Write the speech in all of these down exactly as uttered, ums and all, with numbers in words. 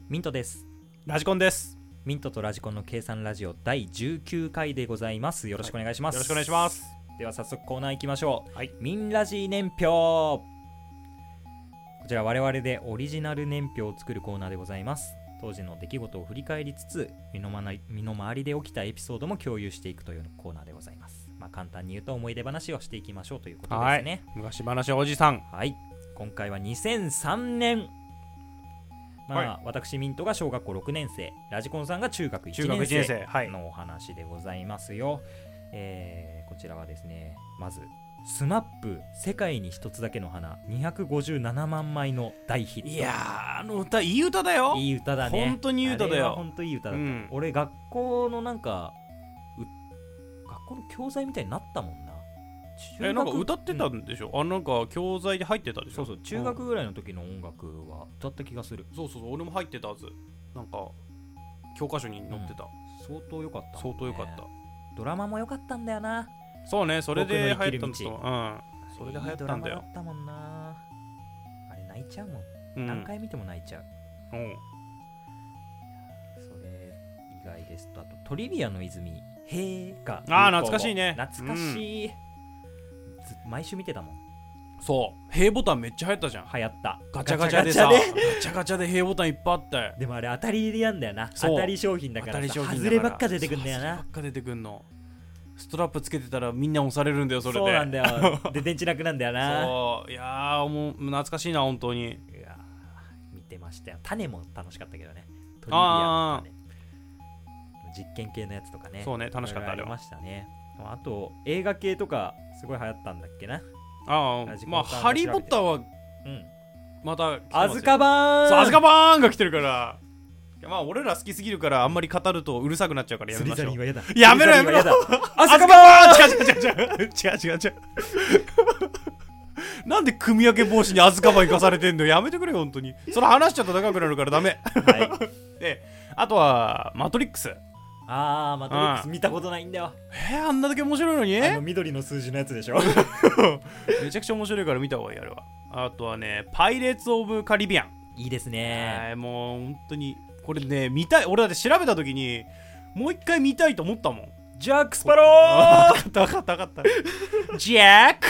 ミントです。 ラジコンです。 ミントとラジコンの計算ラジオだいじゅうきゅうかいでございます。よろしくお願いします、 はい、よろしくお願いします。 では早速コーナー行きましょう、 はい、 ミンラジ年表。こちら我々でオリジナル年表を作るコーナーでございます。当時の出来事を振り返りつつ身の回り、身の回りで起きたエピソードも共有していくというコーナーでございます。まあ、簡単に言うと思い出話をしていきましょうということですね。 はい、昔話おじさん。 はい、今回はにせんさんねん、まあはい、私ミントが小学校ろくねん生、ラジコンさんが中学いちねん生のお話でございますよ、はい。えー、こちらはですね、まずスマップ世界に一つだけの花にひゃくごじゅうななまんまいの大ヒット。 いやー、あの歌いい歌だよ。 いい歌だね。 本当にいい歌だよ。 あれは本当いい歌だった、うん、俺学校のなんか学校の教材みたいになったもんな。 え、なんか歌ってたんでしょ、うん、あ、なんか教材で入ってたでしょ。 そうそう、中学ぐらいの時の音楽は歌った気がする、 うん、そうそうそう、俺も入ってたはず。なんか教科書に載ってた、うん、 相当良かった、ね、 相当良かった。 ドラマも良かったんだよな。 そうね、それで流行ったんだと、うん、それで流行ったんだよ。いいドラマだったもんな。あれ泣いちゃうもん、うん、何回見ても泣いちゃう、うん、それ以外ですと、あとトリビアの泉へーが、 あー懐かしいね。 懐かしい、うん、毎週見てたもん。 そう、平ボタンめっちゃ流行ったじゃん。 流行った。 ガチャガチャでさ、ガチャガチャガチャで平ボタンいっぱいあったよ。 でもあれ当たりなんだよな。当たり商品だからさ、外ればっか出てくんだよな。 外ればっか出てくんの。ストラップつけてたらみんな押されるんだよ、それで。 そうなんだよ。で電池なくなんだよな。 そう、いやーもう懐かしいな本当に。いやー見てましたよ。種も楽しかったけどね。トリビアの種、実験系のやつとかね。 そうね、楽しかった。あれありましたね。あと映画系とかすごい流行ったんだっけな。 ああ、まあハリーポッターは、うん、またアズカバーン、 そうアズカバーンが来てるから、まあ俺ら好きすぎるあんまり語るとうるさくなっちゃうからやめましょう。やめろやめろ。アズカバーン、違う違う違う違う違う違う違うなんで組み分け防止にアズカバーン行かされてんの。やめてくれよ本当に。それ話しちゃったら高くなるからダメ、はい、であとはマトリックス。 あー、マトリックス見たことないんだよ。 えー、あんなだけ面白いのに。 あの緑の数字のやつでしょめちゃくちゃ面白いから見た方がいい。あれは。あとはね、パイレーツ・オブ・カリビアン。 いいですね。 もう本当にこれね見たい。俺だって調べた時にもう一回見たいと思ったもん。 ジャック・スパロー。 分かった分かった分かったジャック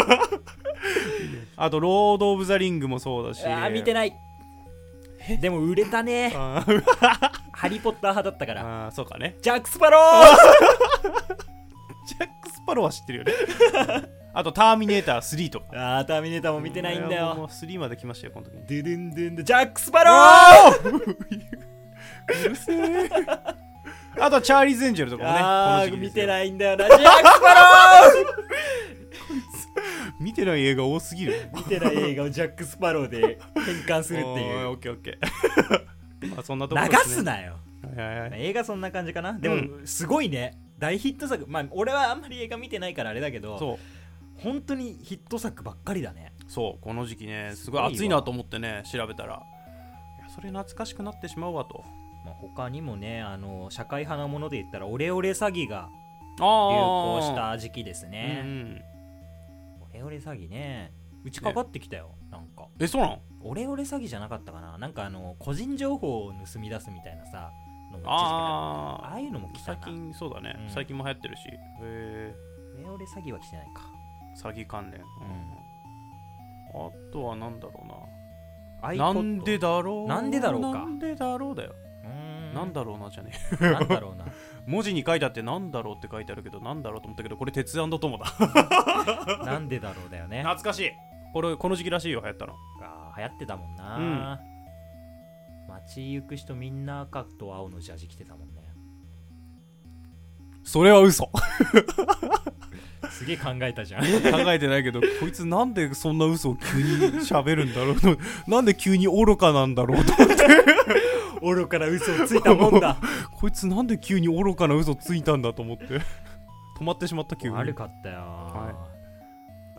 あとロード・オブ・ザ・リングもそうだし。 あー見てない。でも売れたね。ハリーポッター派だったから。 あ、そうかね。 ジャック・スパロージャック・スパローは知ってるよねあとターミネータースリーとか。 あー、ターミネーターも見てないんだよ。 もうスリーまで来ましたよこの時に。 ドゥドゥンドゥンドゥン、ジャック・スパローうるせえあとはチャーリーズ・エンジェルとかもね。 あー見てないんだよな。ジャック・スパロー見てない映画多すぎる。 見てない映画をジャック・スパローで変換するっていう。 オッケーオッケーまあそんなところ流ですね。 すなよ、 はいはい、 映画そんな感じかな。でも、うん、すごいね、大ヒット作。まあ俺はあんまり映画見てないからあれだけど、そう本当にヒット作ばっかりだね。 そう、この時期ねすごい熱いなと思ってね調べたら、いやそれ懐かしくなってしまうわと。 まあ、他にもね、あの社会派なもので言ったらオレオレ詐欺が流行した時期ですね。うん、オレオレ詐欺ね、うちかかってきたよ、ね、なんか。 え、そうなの？ オレオレ詐欺じゃなかったかな。なんかあの個人情報を盗み出すみたいなさのも、 あああいうのも来たな。 最近そうだね、うん、最近も流行ってるし。へえ。 オレオレ詐欺は来てないか。 詐欺関連、うん、あとはなんだろうな。 iPod、 なんでだろうなんでだろうか。 なんでだろうだよ。なんだろうなじゃねえなんだろうな文字に書いてあってなんだろうって書いてあるけど、なんだろうと思ったけどこれ鉄腕トモだなんでだろうだよね。 懐かしい。これこの時期らしいよ、流行ったの。 あ、流行ってたもんな、うん、街行く人みんな赤と青のジャージ着てたもんね。 それは嘘すげえ考えたじゃん考えてないけど、こいつなんでそんな嘘を急に喋るんだろうなんで急に愚かなんだろうと思って愚かな嘘をついたもんだこいつなんで急に愚かな嘘ついたんだと思って止まってしまった急に。 悪かったよ、はい、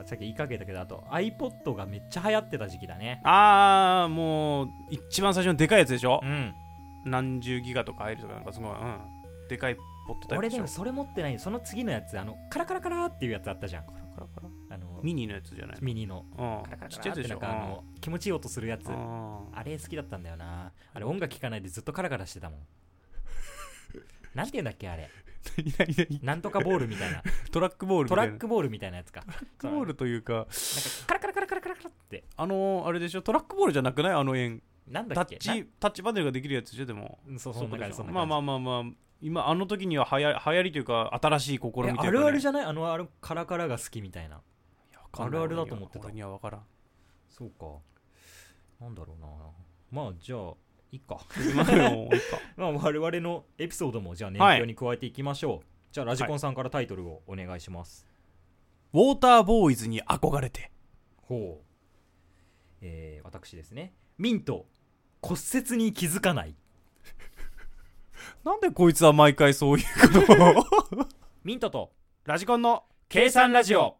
さっき言いかけたけど、あと iPod がめっちゃ流行ってた時期だね。 あー、もう一番最初のでかいやつでしょ、 うん、 何十ギガとか入るとかなんかすごい、うん、でかいポットタイプでしょ。 俺でもそれ持ってない。その次のやつ、あのカラカラカラっていうやつあったじゃん。 カラカラカラあのミニのやつじゃないの？ ミニの、 うん、 カラカラカラってなんかあの気持ちいい音するやつ、あ, あれ好きだったんだよな。あれ音楽聴かないでずっとカラカラしてたもんなんていうんだっけあれ何何何なんとかボールみたいなトラックボールみたいなトラックボールみたいなやつか。 トラックボールというかなんかカラカラカラカラカラカラってあのー、あれでしょ、トラックボールじゃなくない？あの円なんだっけ、 タッチタッチパネルができるやつでしょ。でもそうそう、 まあまあまあまあ今あの時にははや流行りというか新しい試みというか、ね、 あるあるじゃない？あのあれカラカラが好きみたいな。あるあるだと思ってた。 俺には分からん。 そうか、なんだろうな。まあじゃあいいかまあ我々のエピソードもじゃあ年表に加えていきましょう、はい、じゃあラジコンさんからタイトルをお願いします、 はい、ウォーターボーイズに憧れて。 ほう、えー、私ですね、ミント骨折に気づかないなんでこいつは毎回そういうことをミントとラジコンの計算ラジオ。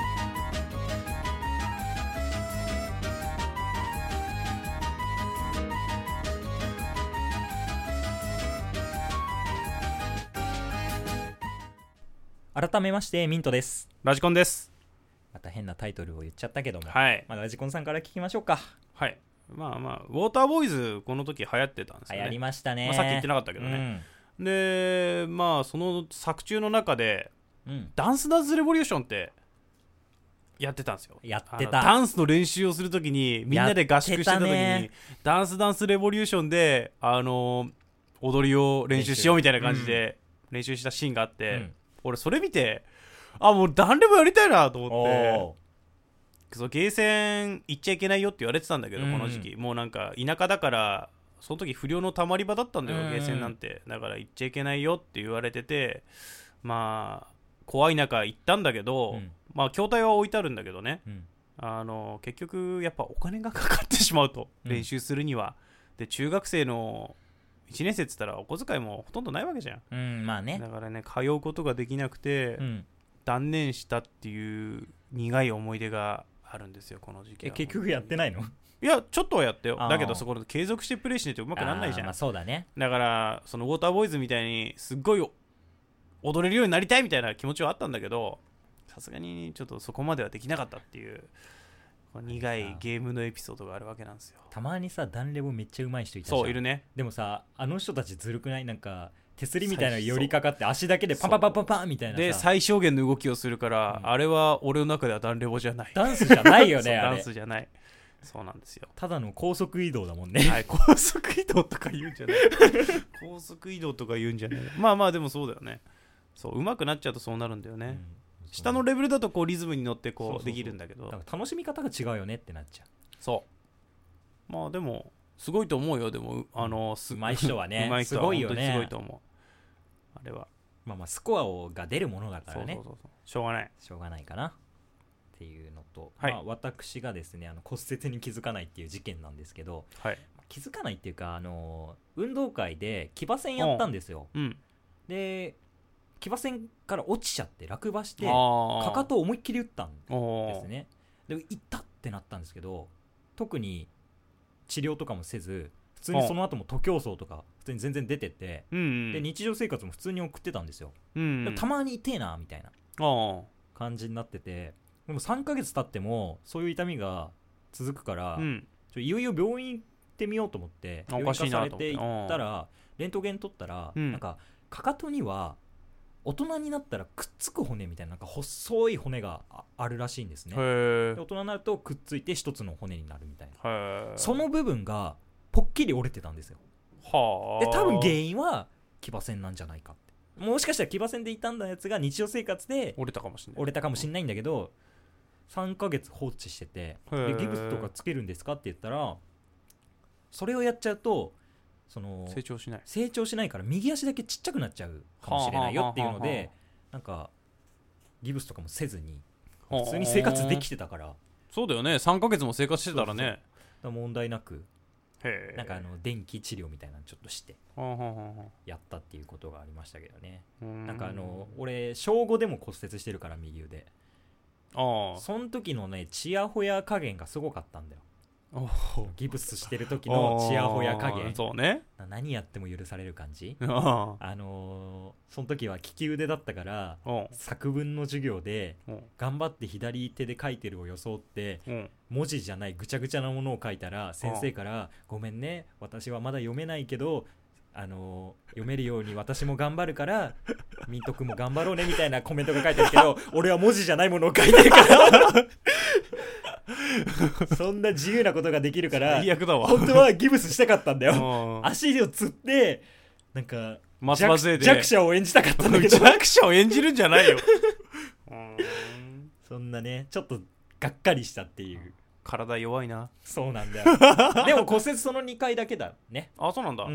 改めましてミントです。 ラジコンです。 また変なタイトルを言っちゃったけども、 はい、 まあ、ラジコンさんから聞きましょうか。 はい、まあまあウォーターボーイズこの時流行ってたんですよね。 流行りましたね、 まあ、さっき言ってなかったけどね、うん、でまあその作中の中で、うん、ダンスダンスレボリューションってやってたんですよ。 やってた。 ダンスの練習をするときにみんなで合宿してたときにダンスダンスレボリューションであの踊りを練習しようみたいな感じで練習したシーンがあって、うん、俺それ見てあもうダンレボやりたいなと思ってそうゲーセン行っちゃいけないよって言われてたんだけど、うん、この時期もうなんか田舎だからその時不良のたまり場だったんだよ、うん、ゲーセンなんて。だから行っちゃいけないよって言われててまあ怖い中行ったんだけど、うん、まあ筐体は置いてあるんだけどね、うん、あの結局やっぱお金がかかってしまうと、うん、練習するには。で中学生のいちねん生って言ったらお小遣いもほとんどないわけじゃん、 うんまあね、 だからね通うことができなくて、うん、断念したっていう苦い思い出があるんですよこの時期は。 え結局やってないの？ いやちょっとはやったよ。だけどそこで継続してプレイしないとうまくならないじゃん。 まあそうだね。 だからそのウォーターボーイズみたいにすっごい踊れるようになりたいみたいな気持ちはあったんだけどさすがにちょっとそこまではできなかったっていう苦いゲームのエピソードがあるわけなんですよ。 たまにさダンレボめっちゃ上手い人いたじゃん。 そういるね。 でもさあの人たちずるくない？なんか手すりみたいなの寄りかかって足だけでパンパンパンパンパンみたいなさで最小限の動きをするから、うん、あれは俺の中ではダンレボじゃない。 ダンスじゃないよねあれ。 ダンスじゃない。そうなんですよ。 ただの高速移動だもんね。 はい、高速移動とか言うんじゃない高速移動とか言うんじゃない。まあまあでもそうだよね。そう上手くなっちゃうとそうなるんだよね、うん、下のレベルだとこうリズムに乗ってこうそうそうそうできるんだけどだから楽しみ方が違うよねってなっちゃう。 そうまあでもすごいと思うよ。でもあのす上手い人はね上手い人はすごいよね。 本当にすごいと思う。あれはまあまあスコアをが出るものだからね。 そうそうそうしょうがないしょうがないかなっていうのと、 はいまあ、私がですねあの骨折に気づかないっていう事件なんですけど、 はい、 気づかないっていうかあの運動会で騎馬戦やったんですよ、 うん、 で騎馬戦から落ちちゃって落馬してかかとを思いっきり打ったんですね。で痛ったってなったんですけど特に治療とかもせず普通にその後も徒競走とか普通に全然出てて、うんうん、で日常生活も普通に送ってたんですよ、うんうん、でたまに痛えなみたいな感じになっててでもさんかげつ経ってもそういう痛みが続くから、うん、ちょいよいよ病院行ってみようと思って病院化されていったらレントゲン取ったら、うん、なんかかかとには大人になったらくっつく骨みたいな、なんか細い骨が あ, あるらしいんですね。で大人になるとくっついて一つの骨になるみたいな。その部分がポッキリ折れてたんですよ。はで多分原因は騎馬戦なんじゃないかって。もしかしたら騎馬戦で傷んだやつが日常生活で折れたかもしれない折れたかもしれないんだけどさんかげつ放置しててでギブスとかつけるんですかって言ったらそれをやっちゃうとその成長しない成長しないから右足だけちっちゃくなっちゃうかもしれないよっていうのでなんかギブスとかもせずに普通に生活できてたからそうだよねさんかげつも生活してたらね。そうそうだから問題なくなんかあの電気治療みたいなのちょっとしてやったっていうことがありましたけどね。なんかあの俺小ごでも骨折してるから右腕。あその時のねチヤホヤ加減がすごかったんだよ。 ギプスしてる時のチヤホヤ加減、 そうね、 何やっても許される感じ。 あのー、その時は利き腕だったからお作文の授業で頑張って左手で書いてるを装って文字じゃないぐちゃぐちゃなものを書いたら先生からごめんね私はまだ読めないけどあのー、読めるように私も頑張るからミント君も頑張ろうねみたいなコメントが書いてるけど俺は文字じゃないものを書いてるからそんな自由なことができるから最悪だわ。 本当はギブスしたかったんだよ足をつってなんか松葉杖で弱者を演じたかったんだけど弱者を演じるんじゃないよそんなねちょっとがっかりしたっていう体弱いな。 そうなんだよでも骨折そのにかいだけだね。 あ、そうなんだ、 うん、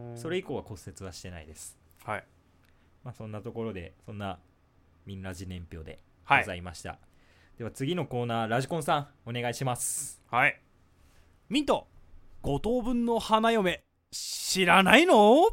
それ以降は骨折はしてないです。 はい、 まあ、そんなところでそんなミンラジ年表でございました、はい、では次のコーナーラジコンさんお願いします。 はい、ミントご等分の花嫁知らないの？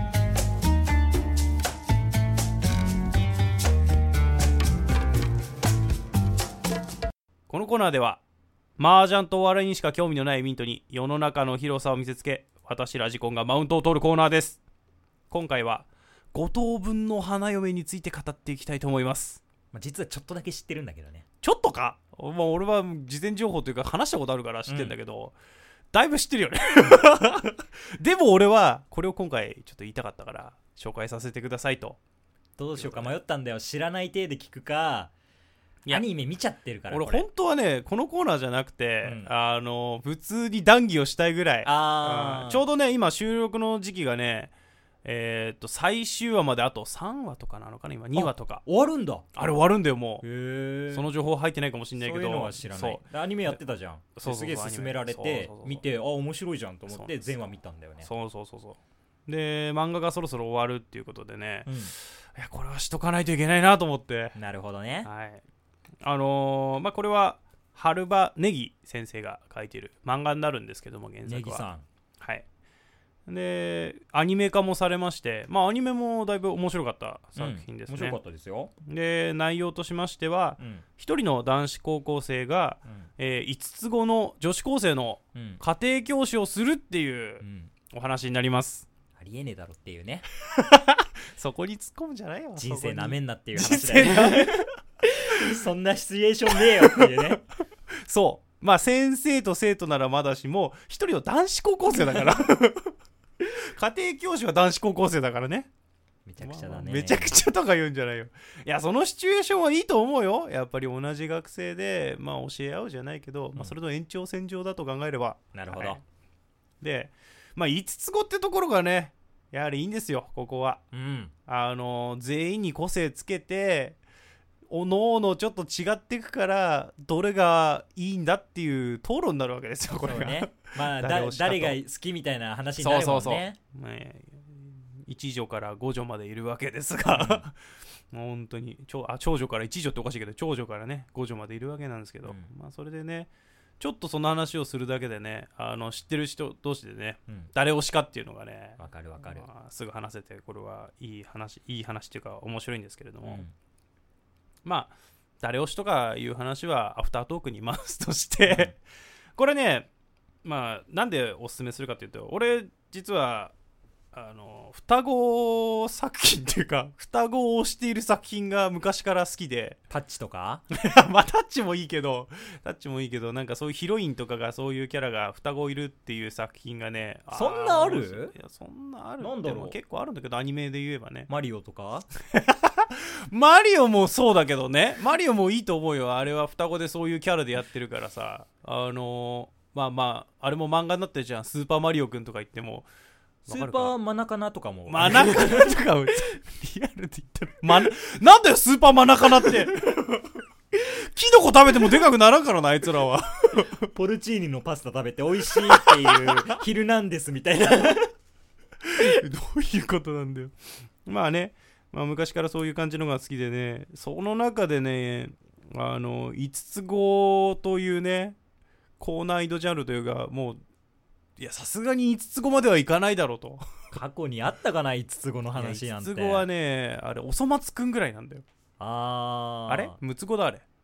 このコーナーでは麻雀とお笑いにしか興味のないミントに世の中の広さを見せつけ私ラジコンがマウントを取るコーナーです。今回はご等分の花嫁について語っていきたいと思います。 まあ、実はちょっとだけ知ってるんだけどね。 ちょっとか、まあ、俺は事前情報というか話したことあるから知ってるんだけど、うん、だいぶ知ってるよねでも俺はこれを今回ちょっと言いたかったから紹介させてくださいと。 どうしようか迷ったんだよ。知らない体で聞くかアニメ見ちゃってるから。 俺本当はねこのコーナーじゃなくて、うん、あの普通に談義をしたいぐらい。 あ、 うん、ちょうどね今収録の時期がねえー、っと最終話まであとさんわとかなのかな今にわとか。 終わるんだ。 あれ終わるんだよもう。 へその情報入ってないかもしれないけど。 そういうのは知らない。アニメやってたじゃん。そうそうそう、すげえ勧められて見てあ面白いじゃんと思って全話見たんだよね。 そうそうそうそうで漫画がそろそろ終わるっていうことでね、うん、いやこれはしとかないといけないなと思って。 なるほどね。 はい、あのー、まあこれは春場ネギ先生が書いてる漫画になるんですけども原作はネギさん。 はい。でアニメ化もされまして、まあアニメもだいぶ面白かった作品ですね、 うん、面白かったですよ。 で内容としましては、うん、一人の男子高校生が、うんえー、いつつごの女子高生の家庭教師をするっていうお話になります、 うん、ありえねえだろっていうねそこに突っ込むんじゃないよ。 人生なめんなっていう話だよねそんなシチュエーションねえよっていうねそうまあ先生と生徒ならまだしも一人の男子高校生だから家庭教師は男子高校生だからね。 めちゃくちゃだね、 まあ、めちゃくちゃとか言うんじゃないよ。いやそのシチュエーションはいいと思うよ。やっぱり同じ学生で、まあ、教え合うじゃないけど、うんまあ、それの延長線上だと考えれば。 なるほど、はい、 で、まあ、いつつごってところがねやはりいいんですよここは、 うん、 あの全員に個性つけておのおのちょっと違っていくからどれがいいんだっていう討論になるわけですよこれが。 そうね、まあ、誰, 誰が好きみたいな話になるもんね。そうそうそう、 ね、いち女からご女までいるわけですが、うん、もう本当に長あ長女からいち女っておかしいけど長女からねご女までいるわけなんですけど、うんまあ、それでねちょっとその話をするだけでねあの知ってる人同士でね、うん、誰推しかっていうのがねわかるわかる、 まあ、すぐ話せてこれはいい話いい話っていうか面白いんですけれども、うんまあ誰推しとかいう話はアフタートークに回すとしてこれねまあなんでおすすめするかというと俺実はあの双子作品っていうか双子を推している作品が昔から好きで。 タッチとかまあタッチもいいけどタッチもいいけどなんかそういうヒロインとかがそういうキャラが双子いるっていう作品がねそんなある？ いやそんなあるなんだろう結構あるんだけどアニメで言えばねマリオとかマリオもそうだけどねマリオもいいと思うよ。あれは双子でそういうキャラでやってるからさあのー、まあまああれも漫画になってるじゃんスーパーマリオくんとか言ってもスーパーマナカナとかもマナカナとかリアルで言ったら、ま、なんだよスーパーマナカナってキノコ食べてもでかくならんからなあいつらはポルチーニのパスタ食べて美味しいっていうヒルナンデスみたいなどういうことなんだよ。まあね、まあ、昔からそういう感じのが好きでねその中でねあのいつつごというね高難易度ジャンルというかもういやさすがにいつつごまではいかないだろうと。 過去にあったかないつつごの話なんて。 いつつごはねあれおそ松くんぐらいなんだよ。 ああれむつごだあれ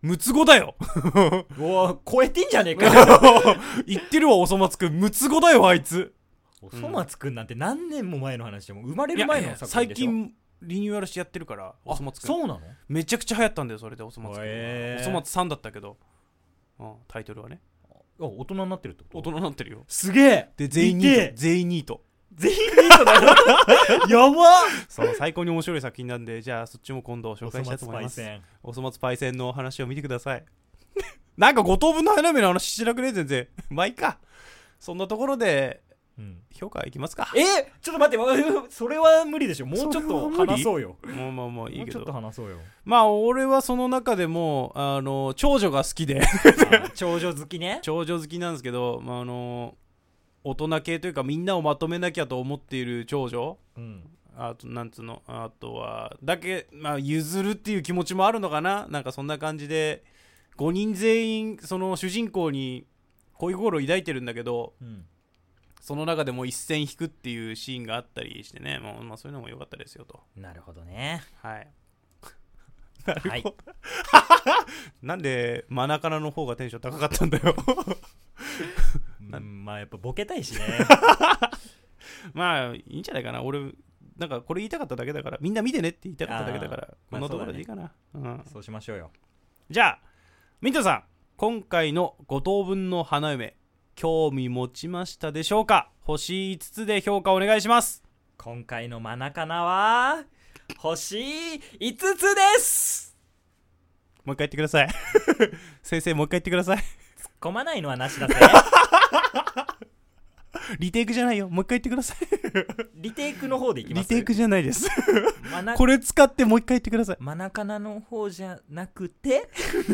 ムツゴだよおー超えてんじゃねえか言ってるわおそ松くん、ムツゴだよあいつ。 おそ松くんなんて何年も前の話でも生まれる前の作品でしょ。 最近リニューアルしてやってるからおそ松くん。 そうなの？ めちゃくちゃ流行ったんだよそれでおそ松くん、 へーおそ松さんだったけど、うん、タイトルはね。 あ大人になってるってこと？ 大人になってるよ。 すげえ。 で全員ニート、全員ニート全員ニートだよやばそう最高に面白い作品なんで、じゃあそっちも今度紹介したいと思います。おそ松パイセンの話を見てくださいなんかご等分の花嫁の話してなくね全然まあいいか。そんなところで、うん、評価いきますか。 えちょっと待ってそれは無理でしょ。もうちょっと話そうよ。 もうまあまあいいけど、 もうちょっと話そうよ。 まあ俺はその中でもあの長女が好きで長女好きね。 長女好きなんですけど、まあ、あの大人系というかみんなをまとめなきゃと思っている長女、うん、あとなんつうの、あとはだけ、まあ、譲るっていう気持ちもあるのかな。なんかそんな感じでごにん全員その主人公に恋心を抱いてるんだけど、うん、その中でも一線引くっていうシーンがあったりしてね、もうまあ、そういうのも良かったですよと。 なるほどね。 はいなるほど、はい、なんでマナカナの方がテンション高かったんだようん、まあやっぱボケたいしねまあいいんじゃないかな。俺なんかこれ言いたかっただけだから、みんな見てねって言いたかっただけだから、こんなところでいいかな、まあ そうだね、うん、 そうしましょうよ。 じゃあミントさん、今回のご等分の花嫁興味持ちましたでしょうか。星いつつで評価お願いします。 今回のマナカナは星いつつです。 もう一回言ってください先生もう一回言ってください。突っ込まないのはなしだぜリテイクじゃないよ、もう一回言ってくださいリテイクの方でいきます。 リテイクじゃないですこれ使ってもう一回言ってください。 マナカナの方じゃなくて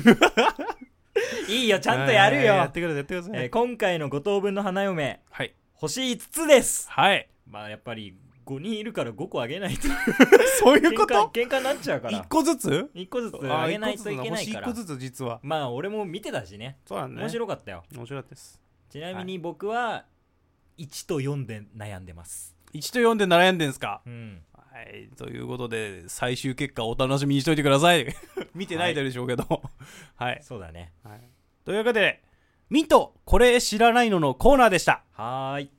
いいよちゃんとやるよ。 やってくださいやってください、 えー、今回のご等分の花嫁、 はい、 星いつつです。 はい。 まあやっぱりごにんいるからごこあげないとそういうこと？ 喧嘩になっちゃうからいっこずついっこずつあげないといけないから。 いっこずつ実はまあ俺も見てたしね。 そうなんね、 面白かったよ。 面白かったです。 ちなみに僕はいちとよんで悩んでます。 いちとよんで悩んでんすか。 うん、 はい、ということで最終結果お楽しみにしといてください見てないでしょうけどはい、はい、 そうだね、 はい、というわけでミントこれ知らないののコーナーでした。 はーい。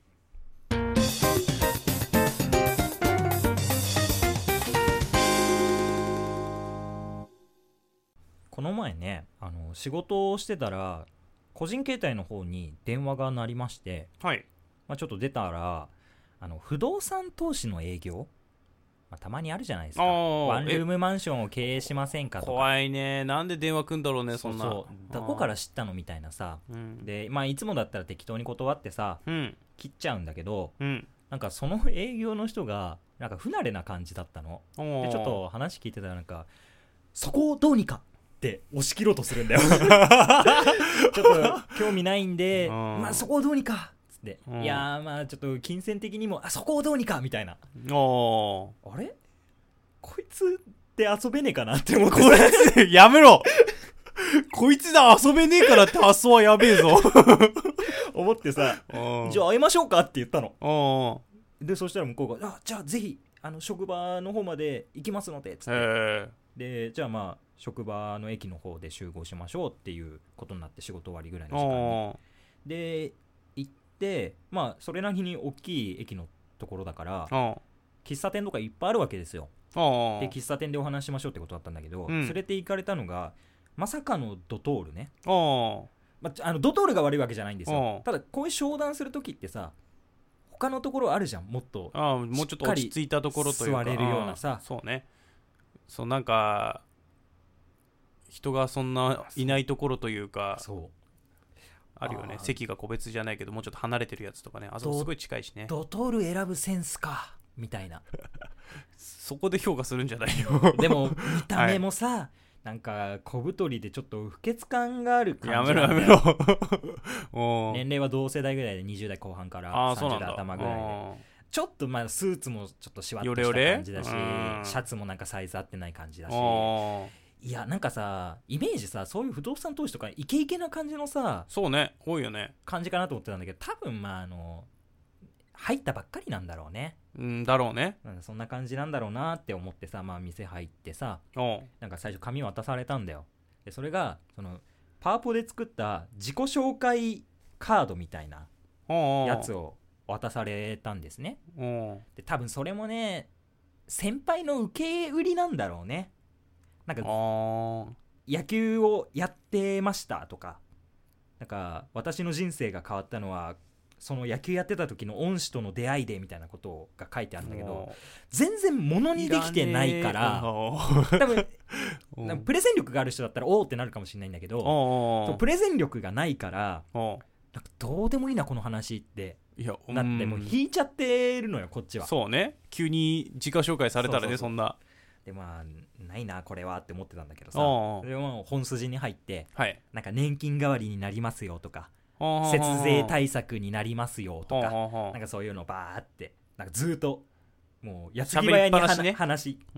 この前ね、あの仕事をしてたら個人携帯の方に電話が鳴りまして、 はい、 まあ、ちょっと出たらあの不動産投資の営業、まあ、たまにあるじゃないですか。ワンルームマンションを経営しませんかとか。 怖いね。なんで電話来んだろうね。そんなそうそうどこから知ったのみたいなさ、うん、で、まあ、いつもだったら適当に断ってさ、うん、切っちゃうんだけど、うん、なんかその営業の人がなんか不慣れな感じだったので、ちょっと話聞いてたらなんかそこをどうにかって押し切ろうとするんだよちょっと興味ないんで、まあそこをどうにかっつって、いやーまあちょっと金銭的にもあそこをどうにかみたいな。あれこいつって遊べねえかなって思ってこいつやめろこいつだ遊べねえからって発想はやべえぞ思ってさ、じゃあ会いましょうかって言ったの。でそしたら向こうがあじゃあぜひあの職場の方まで行きますのでつってでじゃあまあ職場の駅の方で集合しましょうっていうことになって、仕事終わりぐらいの時間にで行って、まあそれなりに大きい駅のところだから喫茶店とかいっぱいあるわけですよ。で喫茶店でお話しましょうってことだったんだけど、うん、連れて行かれたのがまさかのドトールね。まあ、あのドトールが悪いわけじゃないんですよ。ただこういう商談するときってさ他のところあるじゃん。もっとあもうちょっと落ち着いたところというか座れるようなさ。 そうね。そうなんか人がそんないないところというか、そうあるよね。席が個別じゃないけどもうちょっと離れてるやつとかね。あそこすごい近いしね。 ドトール選ぶセンスかみたいなそこで評価するんじゃないよでも見た目もさ、はい、なんか小太りでちょっと不潔感がある感じなんだよ。 やめろやめろ年齢は同世代ぐらいでにじゅう代後半からさんじゅう代頭ぐらいでちょっとまあスーツもちょっとシワッとした感じだし、シャツもなんかサイズ合ってない感じだし、いやなんかさイメージさそういう不動産投資とかイケイケな感じのさそうね多いよね感じかなと思ってたんだけど、多分まああの入ったばっかりなんだろうね。 うんだろうね。 なんかそんな感じなんだろうなって思ってさ、まあ店入ってさなんか最初紙渡されたんだよ。 でそれがそのパワポで作った自己紹介カードみたいなやつを渡されたんですね。で多分それもね先輩の受け売りなんだろうね。なんか野球をやってましたとか、なんか私の人生が変わったのはその野球やってた時の恩師との出会いでみたいなことが書いてあるんだけど、全然物にできてないから多分プレゼン力がある人だったらおーってなるかもしれないんだけど、プレゼン力がないからなんかどうでもいいなこの話っていやなってもう引いちゃってるのよこっちは。 そうね、急に自己紹介されたらね。そうそうそう、そんなでまあないなこれはって思ってたんだけどさ、でも本筋に入って、はい、なんか年金代わりになりますよとか節税対策になりますよとかなんかそういうのバーってなんかずっともうやつぎ早に話、ね、話、うん、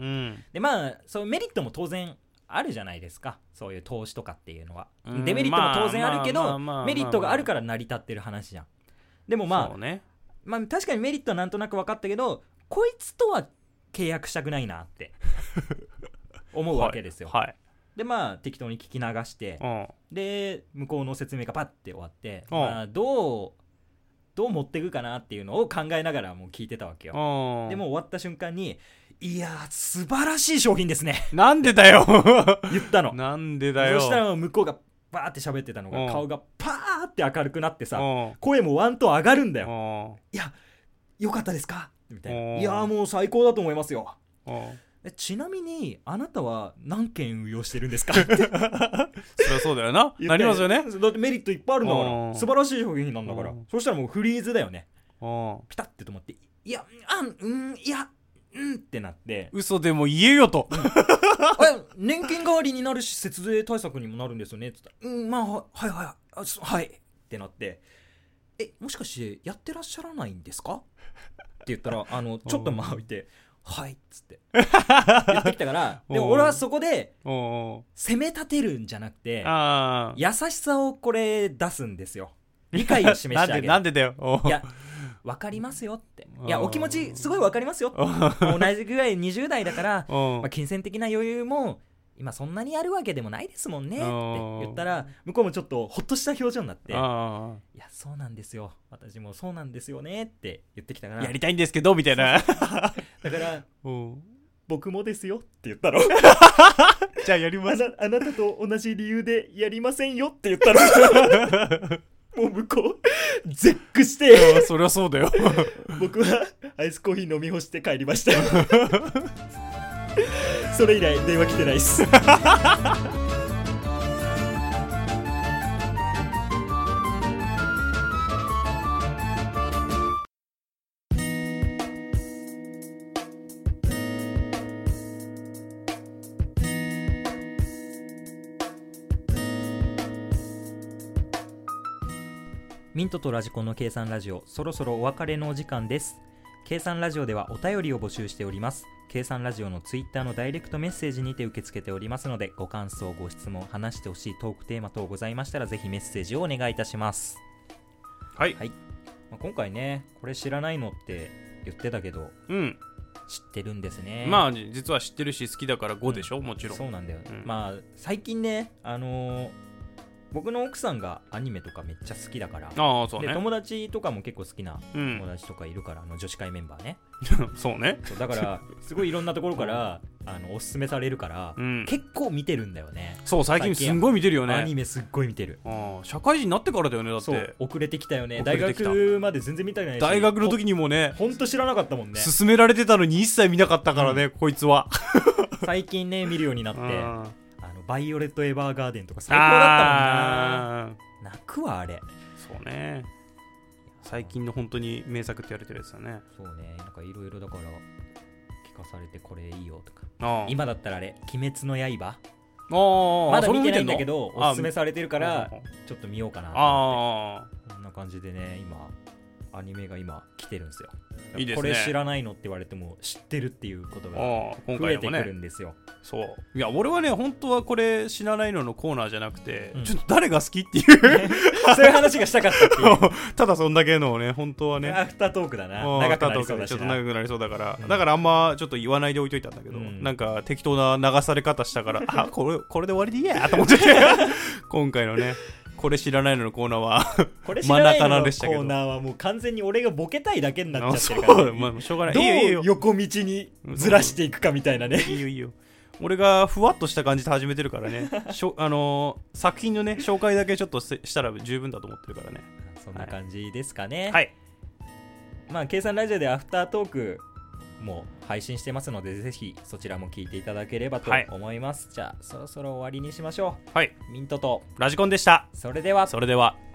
でまあそうメリットも当然あるじゃないですか、そういう投資とかっていうのは。デメリットも当然あるけどメリットがあるから成り立ってる話じゃん。でもまあ、ね、まあ確かにメリットはなんとなく分かったけどこいつとは契約したくないなって思うわけですよ、はいはい、でまあ適当に聞き流して、うん、で向こうの説明がパッて終わって、うん、まあ、どうどう持っていくかなっていうのを考えながらもう聞いてたわけよ、うん、でも終わった瞬間にいやー素晴らしい商品ですねなんでだよ言ったの。 なんでだよ。 そしたら向こうがバーって喋ってたのが、うん、顔がパーって明るくなってさ、うん、声もワントーン上がるんだよ、うん、いやよかったですかみたいな、うん、いやもう最高だと思いますよ、うん、えちなみにあなたは何件運用してるんですかってそりゃそうだよななりますよね。 だってメリットいっぱいあるんだから素晴らしい商品なんだから。そしたらもうフリーズだよね。ピタッて止まっていやあうんいやうんってなって、 嘘でも言えよと、うん、 年金代わりになるし節税対策にもなるんですよねって言ったら、うんまあはいはいはいはいってなって、えもしかしてやってらっしゃらないんですかって言ったらあのちょっと間置いてはいっつって言ってきたからでも俺はそこで責め立てるんじゃなくて優しさをこれ出すんですよ。理解を示してあげるなんでなんでだよ。 いや分かりますよって、いやお気持ちすごい分かりますよ同じぐらいにじゅう代だから、まあ、金銭的な余裕も今そんなにあるわけでもないですもんねって言ったら向こうもちょっとほっとした表情になって、いやそうなんですよ私もそうなんですよねって言ってきたから、 やりたいんですけどみたいなだから僕もですよって言ったのじゃあやります。 あな、あなたと同じ理由でやりませんよって言ったのもう向こう絶句してそりゃそうだよ僕はアイスコーヒー飲み干して帰りましたそれ以来電話来てないっすミントとラジコンの計算ラジオ、そろそろお別れのお時間です。計算ラジオではお便りを募集しております。計算ラジオのツイッターのダイレクトメッセージにて受け付けておりますので、ご感想ご質問話してほしいトークテーマ等ございましたらぜひメッセージをお願いいたします。 はい、 はい、まあ、今回ねこれ知らないのって言ってたけど、うん、知ってるんですね。 まあ実は知ってるし好きだからごでしょ、うん、もちろんそうなんだよ、うん、まあ最近ねあのー僕の奥さんがアニメとかめっちゃ好きだから、 あ、そうね、 で友達とかも結構好きな友達とかいるから、うん、あの女子会メンバーねそうね、 そうだからすごいいろんなところからあのおすすめされるから、うん、結構見てるんだよね。 そう最近すんごい見てるよね。 アニメすっごい見てる。 あ社会人になってからだよね。だってそう遅れてきたよね。大学まで全然見たくないし、 大学の時にもねほんと知らなかったもんね。 勧められてたのに一切見なかったからね、うん、こいつは最近ね見るようになってバイオレット・エヴァーガーデンとか最高だったもんな。泣くわあれ。 そうね、最近の本当に名作って言われてるやつだね。 そうね、なんかいろいろだから聞かされてこれいいよとか、今だったらあれ鬼滅の刃まだ見てないんだけどおすすめされてるからちょっと見ようかなと思って、こんな感じでね今アニメが今来てるんですよ。いいですね、これ知らないのって言われても知ってるっていうことが増えてくるんですよ、ね、 そういや俺はね本当はこれ知らないののコーナーじゃなくて、うん、ちょっと誰が好きっていうそういう話がしたかったっていうただそんだけのね本当はねアフタートークだな、長くなりそうだしな、 ちょっと長くなりそうだから、うん、だからあんまちょっと言わないで置いといたんだけど、うん、なんか適当な流され方したからあこれこれで終わりでいいやと思って今回のねこれ知らないののコーナーはこれ知らないののコーナーはもう完全に俺がボケたいだけになっちゃってるから、ね、 まあ、しょうがない。 どう横道にずらしていくかみたいなね。 いいよいいよ。俺がふわっとした感じで始めてるからねしょ、あのー、作品のね紹介だけちょっとしたら十分だと思ってるからね。 そんな感じですかね。 はい。 まあ計算ラジオでアフタートークも配信してますので、ぜひそちらも聞いていただければと思います、はい、じゃあそろそろ終わりにしましょう。 はい。 ミントとラジコンでした。 それではそれでは